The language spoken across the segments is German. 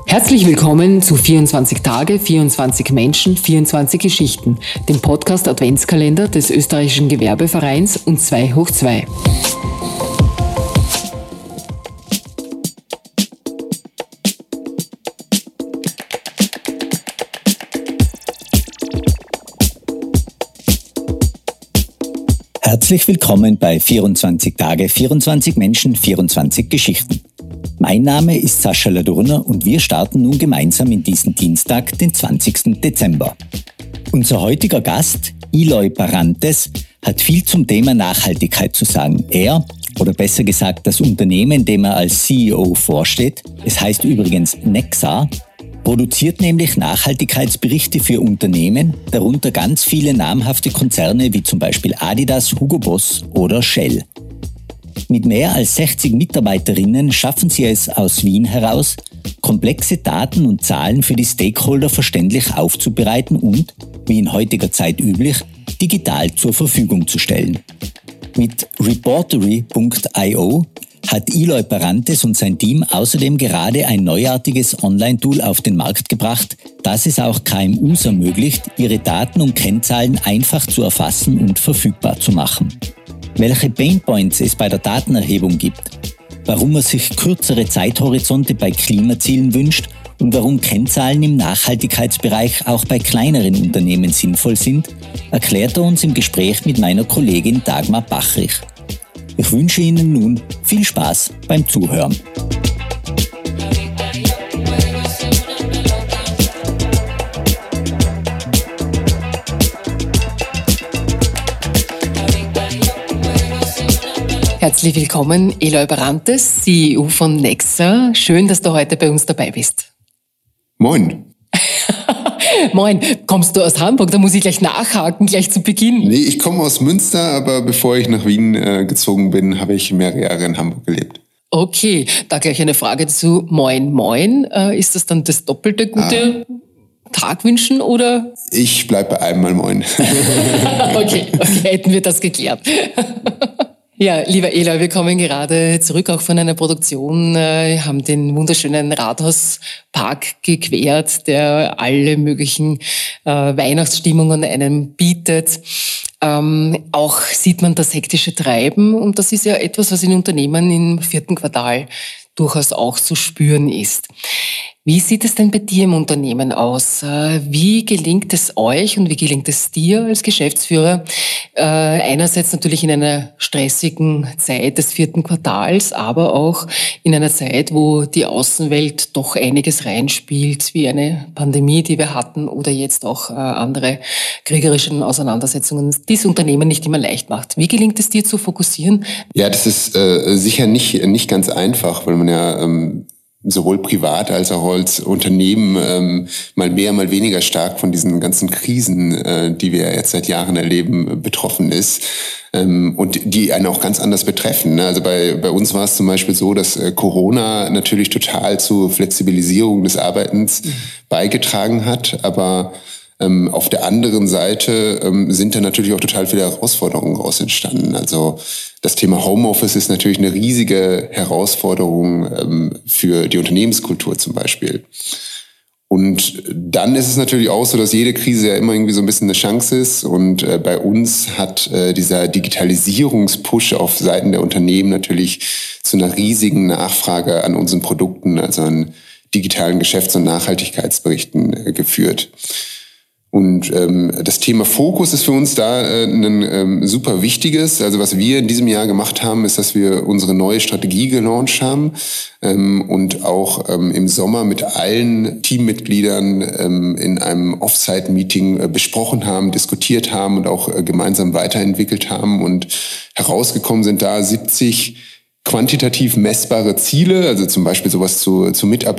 Herzlich willkommen zu 24 Tage, 24 Menschen, 24 Geschichten, dem Podcast Adventskalender des Österreichischen Gewerbevereins und 2hoch2. Herzlich willkommen bei 24 Tage, 24 Menschen, 24 Geschichten. Mein Name ist Sascha Ladurner und wir starten nun gemeinsam in diesen Dienstag, den 20. Dezember. Unser heutiger Gast, Eloy Barrantes, hat viel zum Thema Nachhaltigkeit zu sagen. Er, oder besser gesagt das Unternehmen, dem er als CEO vorsteht, es heißt übrigens Nexa, produziert nämlich Nachhaltigkeitsberichte für Unternehmen, darunter ganz viele namhafte Konzerne wie zum Beispiel Adidas, Hugo Boss oder Shell. Mit mehr als 60 Mitarbeiterinnen schaffen sie es aus Wien heraus, komplexe Daten und Zahlen für die Stakeholder verständlich aufzubereiten und, wie in heutiger Zeit üblich, digital zur Verfügung zu stellen. Mit Reportory.io hat Eloy Barrantes und sein Team außerdem gerade ein neuartiges Online-Tool auf den Markt gebracht, das es auch KMUs ermöglicht, ihre Daten und Kennzahlen einfach zu erfassen und verfügbar zu machen. Welche Painpoints es bei der Datenerhebung gibt, warum man sich kürzere Zeithorizonte bei Klimazielen wünscht und warum Kennzahlen im Nachhaltigkeitsbereich auch bei kleineren Unternehmen sinnvoll sind, erklärt er uns im Gespräch mit meiner Kollegin Dagmar Bachrich. Ich wünsche Ihnen nun viel Spaß beim Zuhören. Herzlich willkommen, Eloy Barrantes, CEO von Nexa. Schön, dass du heute bei uns dabei bist. Moin. Moin, kommst du aus Hamburg? Da muss ich gleich nachhaken, gleich zu Beginn. Nee, ich komme aus Münster, aber bevor ich nach Wien gezogen bin, habe ich mehrere Jahre in Hamburg gelebt. Okay, da gleich eine Frage dazu. Moin, moin. Ist das dann das doppelte gute Tag wünschen oder? Ich bleibe bei einmal moin. Okay, hätten wir das geklärt. Ja, lieber Eloy, wir kommen gerade zurück auch von einer Produktion, haben den wunderschönen Rathauspark gequert, der alle möglichen Weihnachtsstimmungen einem bietet. Auch sieht man das hektische Treiben und das ist ja etwas, was in Unternehmen im 4. Quartal durchaus auch zu spüren ist. Wie sieht es denn bei dir im Unternehmen aus? Wie gelingt es euch und wie gelingt es dir als Geschäftsführer? Einerseits natürlich in einer stressigen Zeit des 4. Quartals, aber auch in einer Zeit, wo die Außenwelt doch einiges reinspielt, wie eine Pandemie, die wir hatten oder jetzt auch andere kriegerische Auseinandersetzungen, die das Unternehmen nicht immer leicht macht. Wie gelingt es dir zu fokussieren? Ja, das ist sicher nicht ganz einfach, weil man ja sowohl privat als auch als Unternehmen mal mehr, mal weniger stark von diesen ganzen Krisen, die wir jetzt seit Jahren erleben, betroffen ist und die einen auch ganz anders betreffen. Also bei uns war es zum Beispiel so, dass Corona natürlich total zur Flexibilisierung des Arbeitens beigetragen hat, aber auf der anderen Seite sind da natürlich auch total viele Herausforderungen raus entstanden. Also das Thema Homeoffice ist natürlich eine riesige Herausforderung für die Unternehmenskultur zum Beispiel. Und dann ist es natürlich auch so, dass jede Krise ja immer irgendwie so ein bisschen eine Chance ist. Und bei uns hat dieser Digitalisierungspush auf Seiten der Unternehmen natürlich zu einer riesigen Nachfrage an unseren Produkten, also an digitalen Geschäfts- und Nachhaltigkeitsberichten geführt. Und das Thema Fokus ist für uns da ein super wichtiges. Also was wir in diesem Jahr gemacht haben, ist, dass wir unsere neue Strategie gelauncht haben und auch im Sommer mit allen Teammitgliedern in einem Offsite-Meeting besprochen haben, diskutiert haben und auch gemeinsam weiterentwickelt haben. Und herausgekommen sind da 70 quantitativ messbare Ziele, also zum Beispiel sowas zu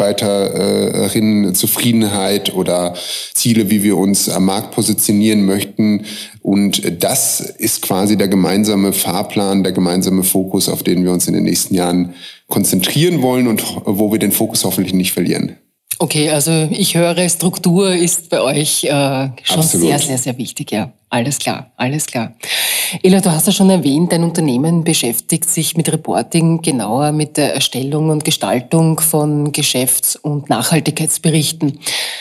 Mitarbeiterinnenzufriedenheit oder Ziele, wie wir uns am Markt positionieren möchten. Und das ist quasi der gemeinsame Fahrplan, der gemeinsame Fokus, auf den wir uns in den nächsten Jahren konzentrieren wollen und wo wir den Fokus hoffentlich nicht verlieren. Okay, also ich höre, Struktur ist bei euch schon Absolut. sehr, sehr, sehr wichtig. Ja, alles klar, alles klar. Ela, du hast ja schon erwähnt, dein Unternehmen beschäftigt sich mit Reporting genauer mit der Erstellung und Gestaltung von Geschäfts- und Nachhaltigkeitsberichten.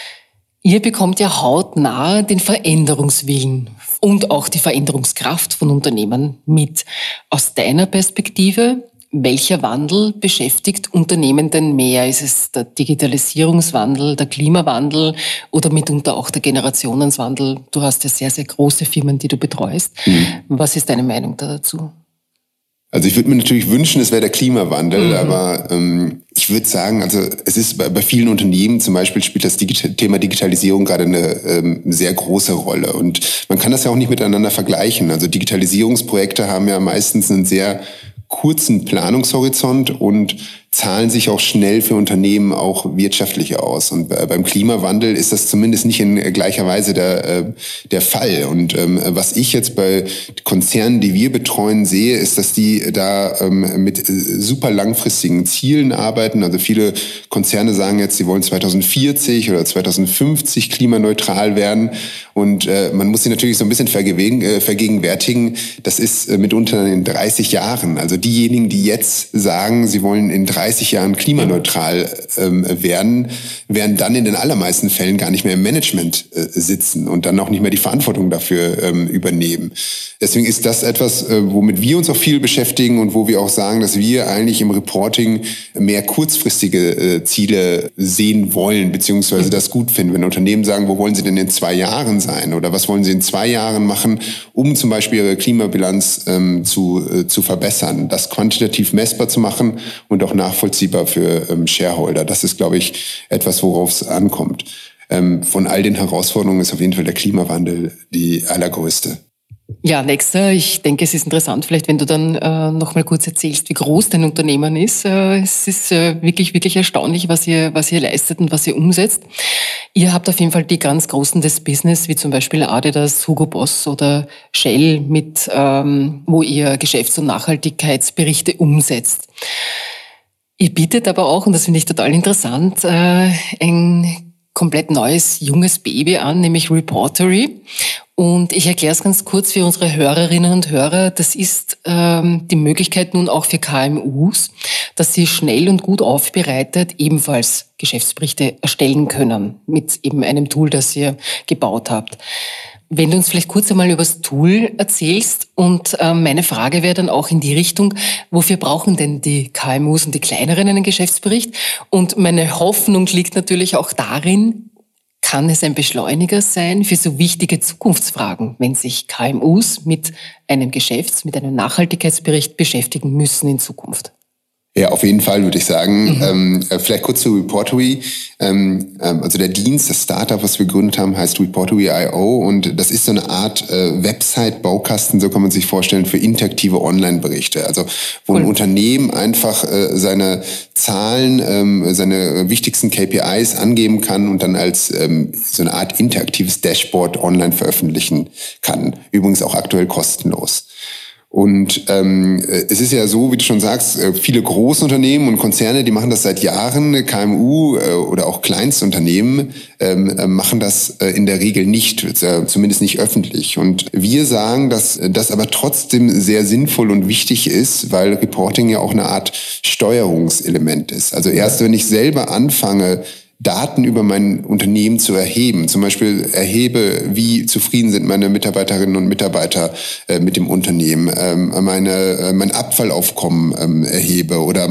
Ihr bekommt ja hautnah den Veränderungswillen und auch die Veränderungskraft von Unternehmen mit. Aus deiner Perspektive, welcher Wandel beschäftigt Unternehmen denn mehr? Ist es der Digitalisierungswandel, der Klimawandel oder mitunter auch der Generationswandel? Du hast ja sehr, sehr große Firmen, die du betreust. Was ist deine Meinung dazu? Also ich würde mir natürlich wünschen, es wäre der Klimawandel, aber ich würde sagen, also es ist bei vielen Unternehmen zum Beispiel spielt das Thema Digitalisierung gerade eine sehr große Rolle und man kann das ja auch nicht miteinander vergleichen. Also Digitalisierungsprojekte haben ja meistens einen sehr kurzen Planungshorizont und zahlen sich auch schnell für Unternehmen auch wirtschaftlich aus. Und beim Klimawandel ist das zumindest nicht in gleicher Weise der Fall. Und was ich jetzt bei Konzernen, die wir betreuen, sehe, ist, dass die da mit super langfristigen Zielen arbeiten. Also viele Konzerne sagen jetzt, sie wollen 2040 oder 2050 klimaneutral werden. Und man muss sich natürlich so ein bisschen vergegenwärtigen, das ist mitunter in 30 Jahren. Also diejenigen, die jetzt sagen, sie wollen in 30 Jahren klimaneutral werden dann in den allermeisten Fällen gar nicht mehr im Management sitzen und dann auch nicht mehr die Verantwortung dafür übernehmen. Deswegen ist das etwas, womit wir uns auch viel beschäftigen und wo wir auch sagen, dass wir eigentlich im Reporting mehr kurzfristige Ziele sehen wollen, beziehungsweise das gut finden. Wenn Unternehmen sagen, wo wollen sie denn in 2 Jahren sein oder was wollen sie in 2 Jahren machen, um zum Beispiel ihre Klimabilanz zu verbessern, das quantitativ messbar zu machen und auch nachvollziehbar für Shareholder. Das ist, glaube ich, etwas, worauf es ankommt. Von all den Herausforderungen ist auf jeden Fall der Klimawandel die allergrößte. Ja, nächster. Ich denke, es ist interessant, vielleicht wenn du dann noch mal kurz erzählst, wie groß dein Unternehmen ist. Es ist wirklich, wirklich erstaunlich, was ihr leistet und was ihr umsetzt. Ihr habt auf jeden Fall die ganz Großen des Business, wie zum Beispiel Adidas, Hugo Boss oder Shell, wo ihr Geschäfts- und Nachhaltigkeitsberichte umsetzt. Ihr bietet aber auch, und das finde ich total interessant, ein komplett neues, junges Baby an, nämlich Reportory. Und ich erkläre es ganz kurz für unsere Hörerinnen und Hörer. Das ist die Möglichkeit nun auch für KMUs, dass sie schnell und gut aufbereitet ebenfalls Geschäftsberichte erstellen können mit eben einem Tool, das ihr gebaut habt. Wenn du uns vielleicht kurz einmal über das Tool erzählst und meine Frage wäre dann auch in die Richtung, wofür brauchen denn die KMUs und die Kleineren einen Geschäftsbericht? Und meine Hoffnung liegt natürlich auch darin, kann es ein Beschleuniger sein für so wichtige Zukunftsfragen, wenn sich KMUs mit einem Nachhaltigkeitsbericht beschäftigen müssen in Zukunft? Ja, auf jeden Fall würde ich sagen. Vielleicht kurz zu Reportory. Also der Dienst, das Startup, was wir gegründet haben, heißt Reportory.io und das ist so eine Art Website-Baukasten, so kann man sich vorstellen, für interaktive Online-Berichte. Also wo ein Unternehmen einfach seine Zahlen, seine wichtigsten KPIs angeben kann und dann als so eine Art interaktives Dashboard online veröffentlichen kann. Übrigens auch aktuell kostenlos. Und es ist ja so, wie du schon sagst, viele Großunternehmen und Konzerne, die machen das seit Jahren. KMU oder auch Kleinstunternehmen machen das in der Regel nicht, zumindest nicht öffentlich. Und wir sagen, dass das aber trotzdem sehr sinnvoll und wichtig ist, weil Reporting ja auch eine Art Steuerungselement ist. Also erst wenn ich selber anfange, Daten über mein Unternehmen zu erheben. Zum Beispiel erhebe, wie zufrieden sind meine Mitarbeiterinnen und Mitarbeiter mit dem Unternehmen, mein Abfallaufkommen erhebe oder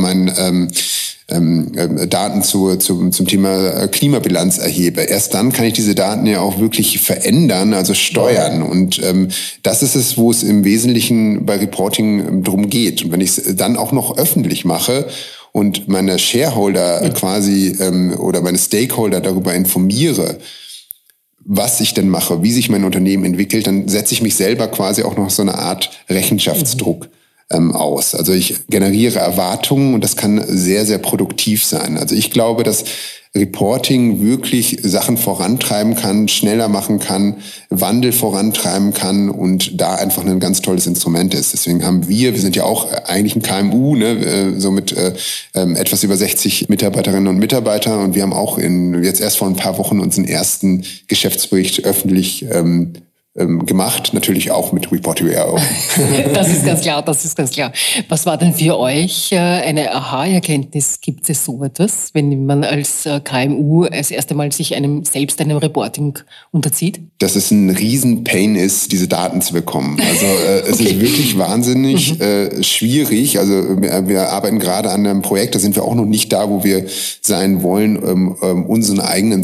Daten zum Thema Klimabilanz erhebe. Erst dann kann ich diese Daten ja auch wirklich verändern, also steuern. Und das ist es, wo es im Wesentlichen bei Reporting drum geht. Und wenn ich es dann auch noch öffentlich mache und meine Shareholder quasi oder meine Stakeholder darüber informiere, was ich denn mache, wie sich mein Unternehmen entwickelt, dann setze ich mich selber quasi auch noch so eine Art Rechenschaftsdruck aus. Also ich generiere Erwartungen und das kann sehr, sehr produktiv sein. Also ich glaube, dass Reporting wirklich Sachen vorantreiben kann, schneller machen kann, Wandel vorantreiben kann und da einfach ein ganz tolles Instrument ist. Deswegen haben wir sind ja auch eigentlich ein KMU, so mit etwas über 60 Mitarbeiterinnen und Mitarbeiter und wir haben auch jetzt erst vor ein paar Wochen unseren ersten Geschäftsbericht öffentlich gemacht, natürlich auch mit Reporting.io. Das ist ganz klar. Was war denn für euch eine Aha-Erkenntnis? Gibt es so etwas, wenn man als KMU das erste Mal sich einem Reporting unterzieht? Dass es ein Riesen-Pain ist, diese Daten zu bekommen. Also es ist wirklich wahnsinnig schwierig. Also wir arbeiten gerade an einem Projekt, da sind wir auch noch nicht da, wo wir sein wollen, unseren eigenen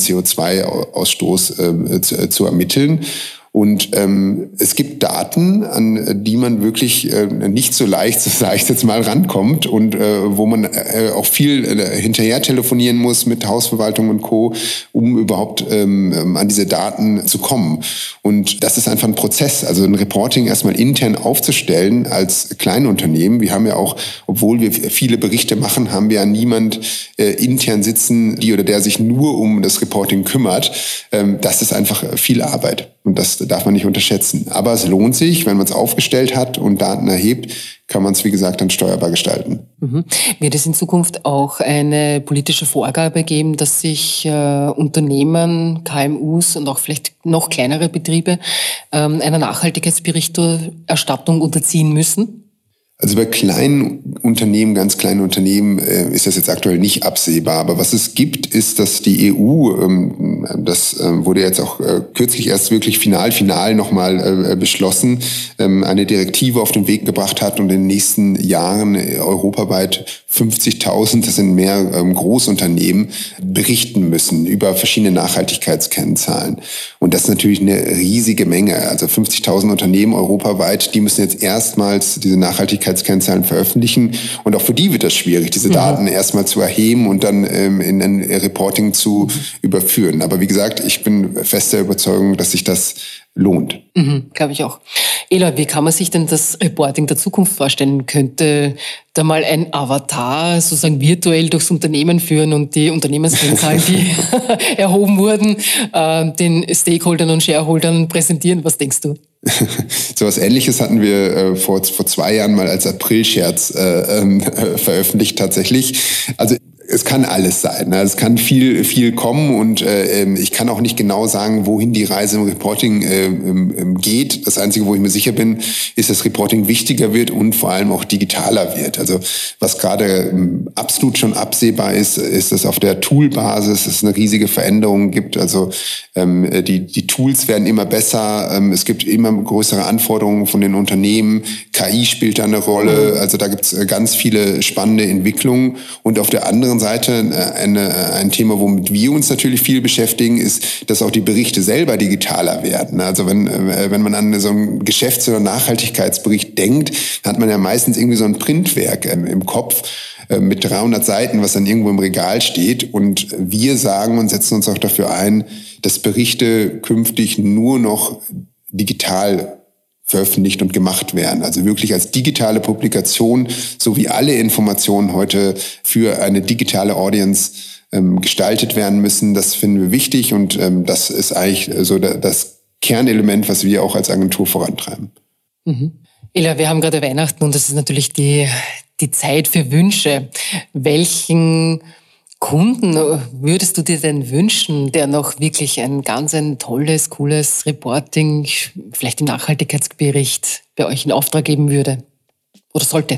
CO2-Ausstoß zu ermitteln. Und es gibt Daten, an die man wirklich nicht so leicht, sage ich jetzt mal, rankommt und wo man auch viel hinterher telefonieren muss mit Hausverwaltung und Co., um überhaupt an diese Daten zu kommen. Und das ist einfach ein Prozess, also ein Reporting erstmal intern aufzustellen als Kleinunternehmen. Wir haben ja auch, obwohl wir viele Berichte machen, haben wir ja niemand intern sitzen, die oder der sich nur um das Reporting kümmert. Das ist einfach viel Arbeit. Und das darf man nicht unterschätzen. Aber es lohnt sich, wenn man es aufgestellt hat und Daten erhebt, kann man es, wie gesagt, dann steuerbar gestalten. Wird es in Zukunft auch eine politische Vorgabe geben, dass sich Unternehmen, KMUs und auch vielleicht noch kleinere Betriebe einer Nachhaltigkeitsberichterstattung unterziehen müssen? Also bei kleinen Unternehmen, ganz kleinen Unternehmen ist das jetzt aktuell nicht absehbar. Aber was es gibt, ist, dass die EU, das wurde jetzt auch kürzlich erst wirklich final nochmal beschlossen, eine Direktive auf den Weg gebracht hat und in den nächsten Jahren europaweit 50.000, das sind mehr Großunternehmen, berichten müssen über verschiedene Nachhaltigkeitskennzahlen. Und das ist natürlich eine riesige Menge. Also 50.000 Unternehmen europaweit, die müssen jetzt erstmals diese Nachhaltigkeitskennzahlen veröffentlichen. Und auch für die wird das schwierig, diese Daten erstmal zu erheben und dann in ein Reporting zu überführen. Aber wie gesagt, ich bin fest der Überzeugung, dass sich das lohnt. Glaube ich auch. Ela, wie kann man sich denn das Reporting der Zukunft vorstellen? Könnte da mal ein Avatar sozusagen virtuell durchs Unternehmen führen und die Unternehmenskennzahlen, die erhoben wurden, den Stakeholdern und Shareholdern präsentieren? Was denkst du? So was Ähnliches hatten wir vor 2 Jahren mal als April-Scherz veröffentlicht tatsächlich. Also es kann alles sein. Ne? Es kann viel kommen und ich kann auch nicht genau sagen, wohin die Reise im Reporting geht. Das Einzige, wo ich mir sicher bin, ist, dass Reporting wichtiger wird und vor allem auch digitaler wird. Also was gerade absolut schon absehbar ist, dass auf der Toolbasis es eine riesige Veränderung gibt. Also die Tools werden immer besser. Es gibt immer größere Anforderungen von den Unternehmen. KI spielt da eine Rolle. Also da gibt es ganz viele spannende Entwicklungen. Und auf der anderen Seite ein Thema, womit wir uns natürlich viel beschäftigen, ist, dass auch die Berichte selber digitaler werden. Also wenn man an so einen Geschäfts- oder Nachhaltigkeitsbericht denkt, hat man ja meistens irgendwie so ein Printwerk im Kopf mit 300 Seiten, was dann irgendwo im Regal steht. Und wir sagen und setzen uns auch dafür ein, dass Berichte künftig nur noch digital veröffentlicht und gemacht werden. Also wirklich als digitale Publikation, so wie alle Informationen heute für eine digitale Audience gestaltet werden müssen. Das finden wir wichtig und das ist eigentlich so das Kernelement, was wir auch als Agentur vorantreiben. Ela, wir haben gerade Weihnachten und das ist natürlich die Zeit für Wünsche. Welchen Kunden würdest du dir denn wünschen, der noch wirklich ein tolles, cooles Reporting, vielleicht im Nachhaltigkeitsbericht bei euch in Auftrag geben würde oder sollte?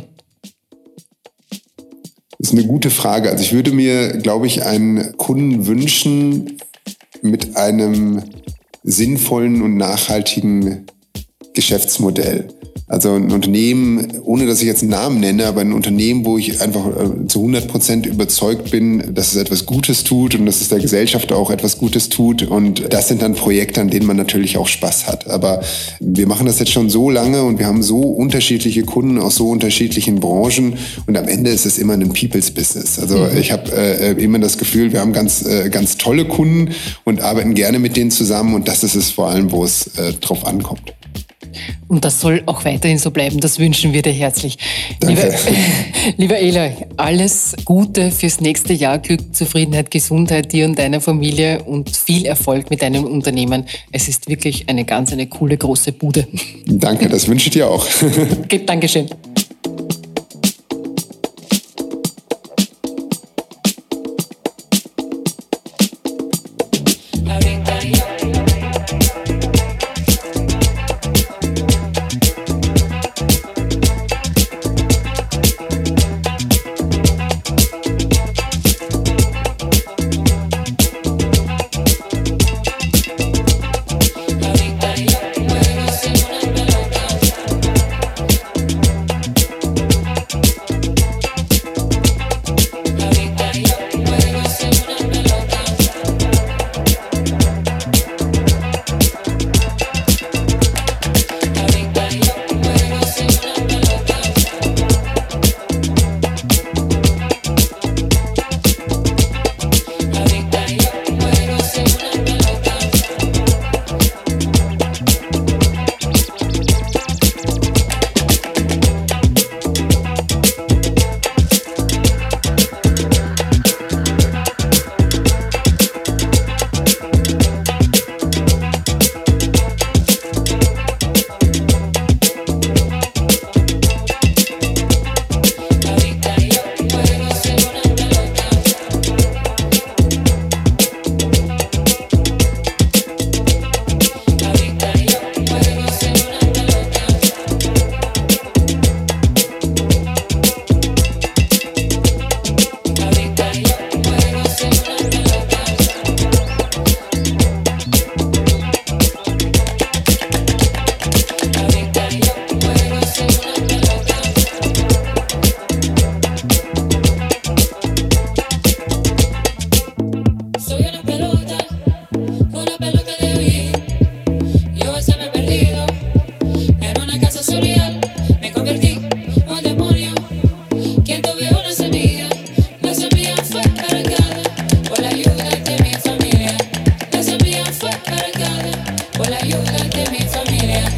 Das ist eine gute Frage. Also ich würde mir, glaube ich, einen Kunden wünschen mit einem sinnvollen und nachhaltigen Geschäftsmodell. Also ein Unternehmen, ohne dass ich jetzt einen Namen nenne, aber ein Unternehmen, wo ich einfach zu 100% überzeugt bin, dass es etwas Gutes tut und dass es der Gesellschaft auch etwas Gutes tut. Und das sind dann Projekte, an denen man natürlich auch Spaß hat. Aber wir machen das jetzt schon so lange und wir haben so unterschiedliche Kunden aus so unterschiedlichen Branchen und am Ende ist es immer ein People's Business. Also ich habe immer das Gefühl, wir haben ganz tolle Kunden und arbeiten gerne mit denen zusammen und das ist es vor allem, wo es drauf ankommt. Und das soll auch weiterhin so bleiben. Das wünschen wir dir herzlich. Danke. Lieber Eloy, alles Gute fürs nächste Jahr. Glück, Zufriedenheit, Gesundheit dir und deiner Familie und viel Erfolg mit deinem Unternehmen. Es ist wirklich eine coole, große Bude. Danke, das wünsche ich dir auch. Okay, Dankeschön.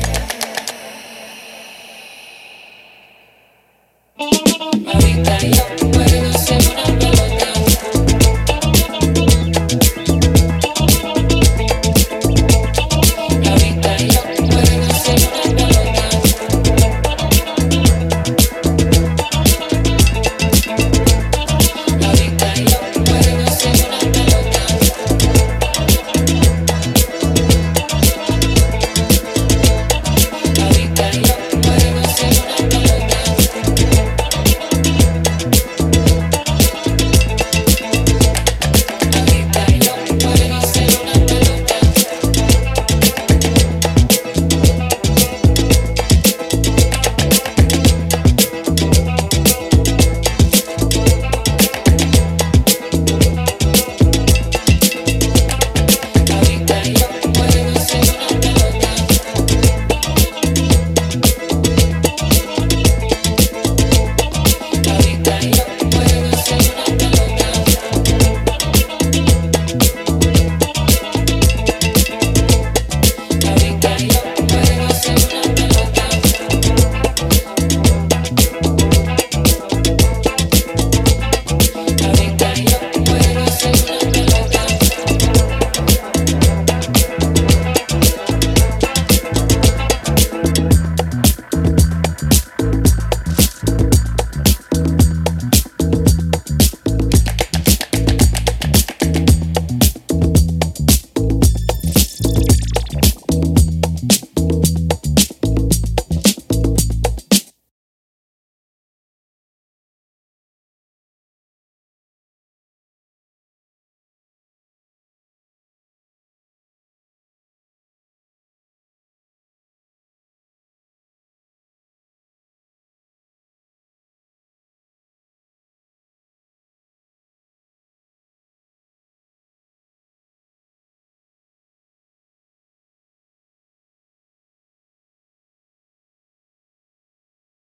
Ahorita yo